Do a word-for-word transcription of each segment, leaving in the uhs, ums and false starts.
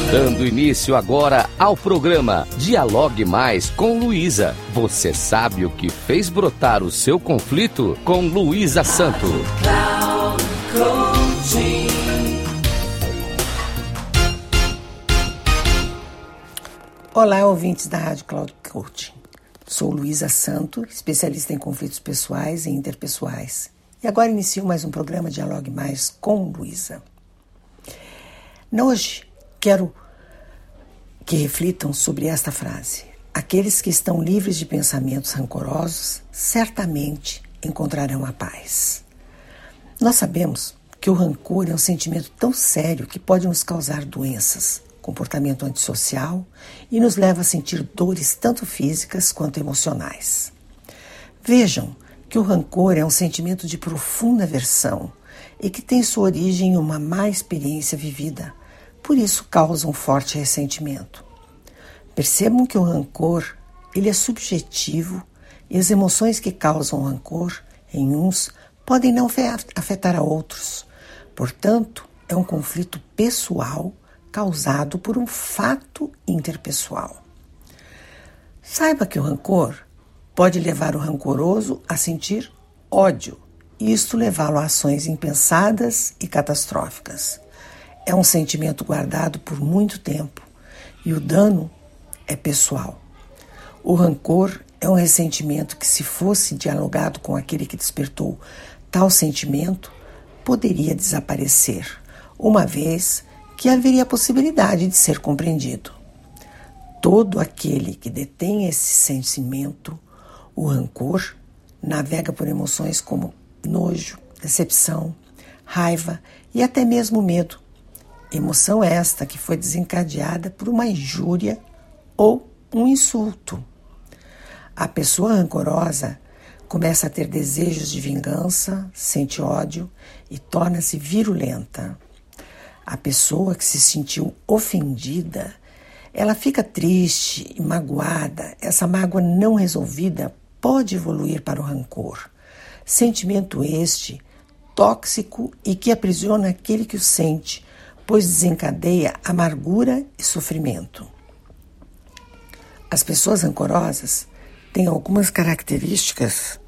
Dando início agora ao programa Dialogue Mais com Luísa. Você sabe o que fez brotar o seu conflito? Com Luísa Santo. Olá, ouvintes da Rádio Cloud Coaching. Sou Luísa Santo, especialista em conflitos pessoais e interpessoais. E agora inicio mais um programa Dialogue Mais com Luísa. Hoje quero que reflitam sobre esta frase. Aqueles que estão livres de pensamentos rancorosos certamente encontrarão a paz. Nós sabemos que o rancor é um sentimento tão sério que pode nos causar doenças, comportamento antissocial e nos leva a sentir dores tanto físicas quanto emocionais. Vejam que o rancor é um sentimento de profunda aversão e que tem sua origem em uma má experiência vivida. Por isso causa um forte ressentimento. Percebam que o rancor ele é subjetivo e as emoções que causam rancor em uns podem não afetar a outros. Portanto, é um conflito pessoal causado por um fato interpessoal. Saiba que o rancor pode levar o rancoroso a sentir ódio e isto levá-lo a ações impensadas e catastróficas. É um sentimento guardado por muito tempo e o dano é pessoal. O rancor é um ressentimento que, se fosse dialogado com aquele que despertou tal sentimento, poderia desaparecer, uma vez que haveria a possibilidade de ser compreendido. Todo aquele que detém esse sentimento, o rancor, navega por emoções como nojo, decepção, raiva e até mesmo medo. Emoção esta que foi desencadeada por uma injúria ou um insulto. A pessoa rancorosa começa a ter desejos de vingança, sente ódio e torna-se virulenta. A pessoa que se sentiu ofendida, ela fica triste e magoada. Essa mágoa não resolvida pode evoluir para o rancor. Sentimento este tóxico e que aprisiona aquele que o sente, pois desencadeia amargura e sofrimento. As pessoas rancorosas têm algumas características.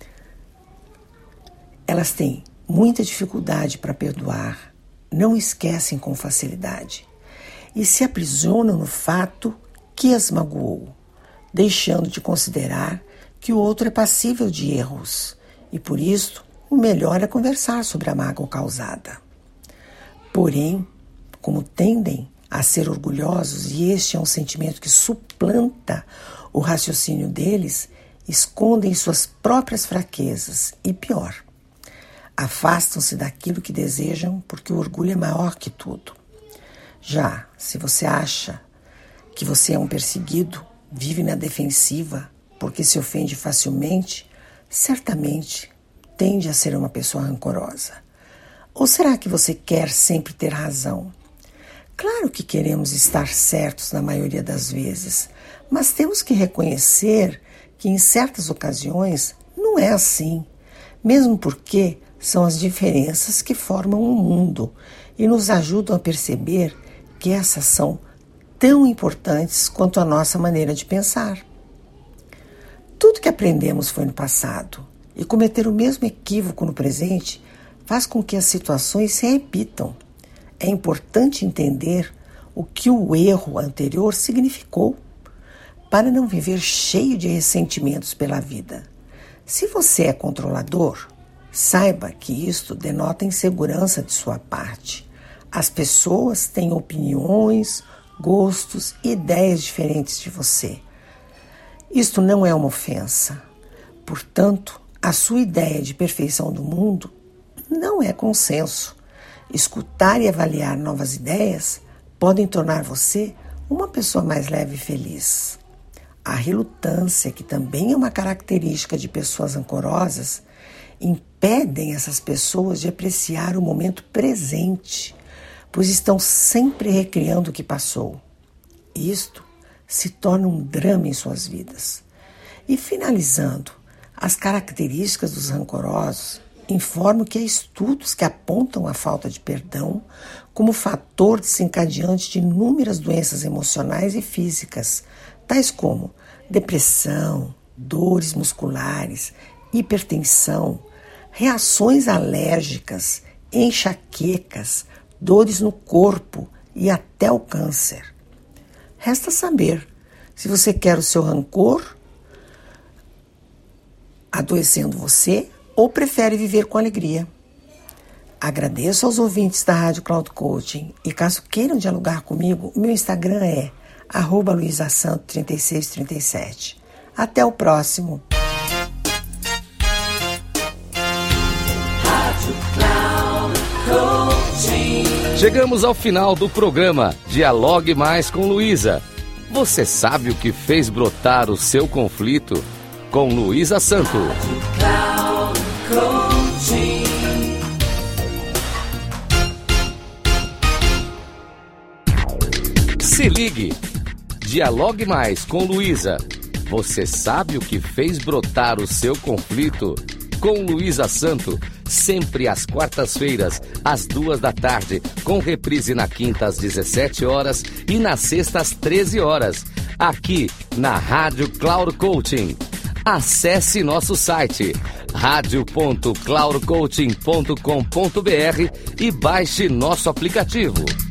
Elas têm muita dificuldade para perdoar, não esquecem com facilidade e se aprisionam no fato que as magoou, deixando de considerar que o outro é passível de erros e, por isso, o melhor é conversar sobre a mágoa causada. Porém, como tendem a ser orgulhosos e este é um sentimento que suplanta o raciocínio deles, escondem suas próprias fraquezas e, pior, afastam-se daquilo que desejam porque o orgulho é maior que tudo. Já se você acha que você é um perseguido, vive na defensiva porque se ofende facilmente, certamente tende a ser uma pessoa rancorosa. Ou será que você quer sempre ter razão? Claro que queremos estar certos na maioria das vezes, mas temos que reconhecer que em certas ocasiões não é assim, mesmo porque são as diferenças que formam o mundo e nos ajudam a perceber que essas são tão importantes quanto a nossa maneira de pensar. Tudo que aprendemos foi no passado e cometer o mesmo equívoco no presente faz com que as situações se repitam. É importante entender o que o erro anterior significou para não viver cheio de ressentimentos pela vida. Se você é controlador, saiba que isto denota insegurança de sua parte. As pessoas têm opiniões, gostos e ideias diferentes de você. Isto não é uma ofensa. Portanto, a sua ideia de perfeição do mundo não é consenso. Escutar e avaliar novas ideias podem tornar você uma pessoa mais leve e feliz. A relutância, que também é uma característica de pessoas rancorosas, impedem essas pessoas de apreciar o momento presente, pois estão sempre recriando o que passou. Isto se torna um drama em suas vidas. E finalizando, as características dos rancorosos Informo que há estudos que apontam a falta de perdão como fator desencadeante de inúmeras doenças emocionais e físicas, tais como depressão, dores musculares, hipertensão, reações alérgicas, enxaquecas, dores no corpo e até o câncer. Resta saber se você quer o seu rancor adoecendo você ou prefere viver com alegria. Agradeço aos ouvintes da Rádio Cloud Coaching e caso queiram dialogar comigo, meu Instagram é arroba luizasanto trinta e seis trinta e sete. Até o próximo. Chegamos ao final do programa Dialogue Mais com Luiza. Você sabe o que fez brotar o seu conflito? Com Luiza Santo. Se ligue. Dialogue Mais com Luiza. Você sabe o que fez brotar o seu conflito? Com Luiza Santo, sempre às quartas-feiras, às duas da tarde, com reprise na quinta às dezessete horas e na sexta às treze horas, aqui na Rádio Cloud Coaching. Acesse nosso site radio ponto cloud coaching ponto com ponto b r e baixe nosso aplicativo.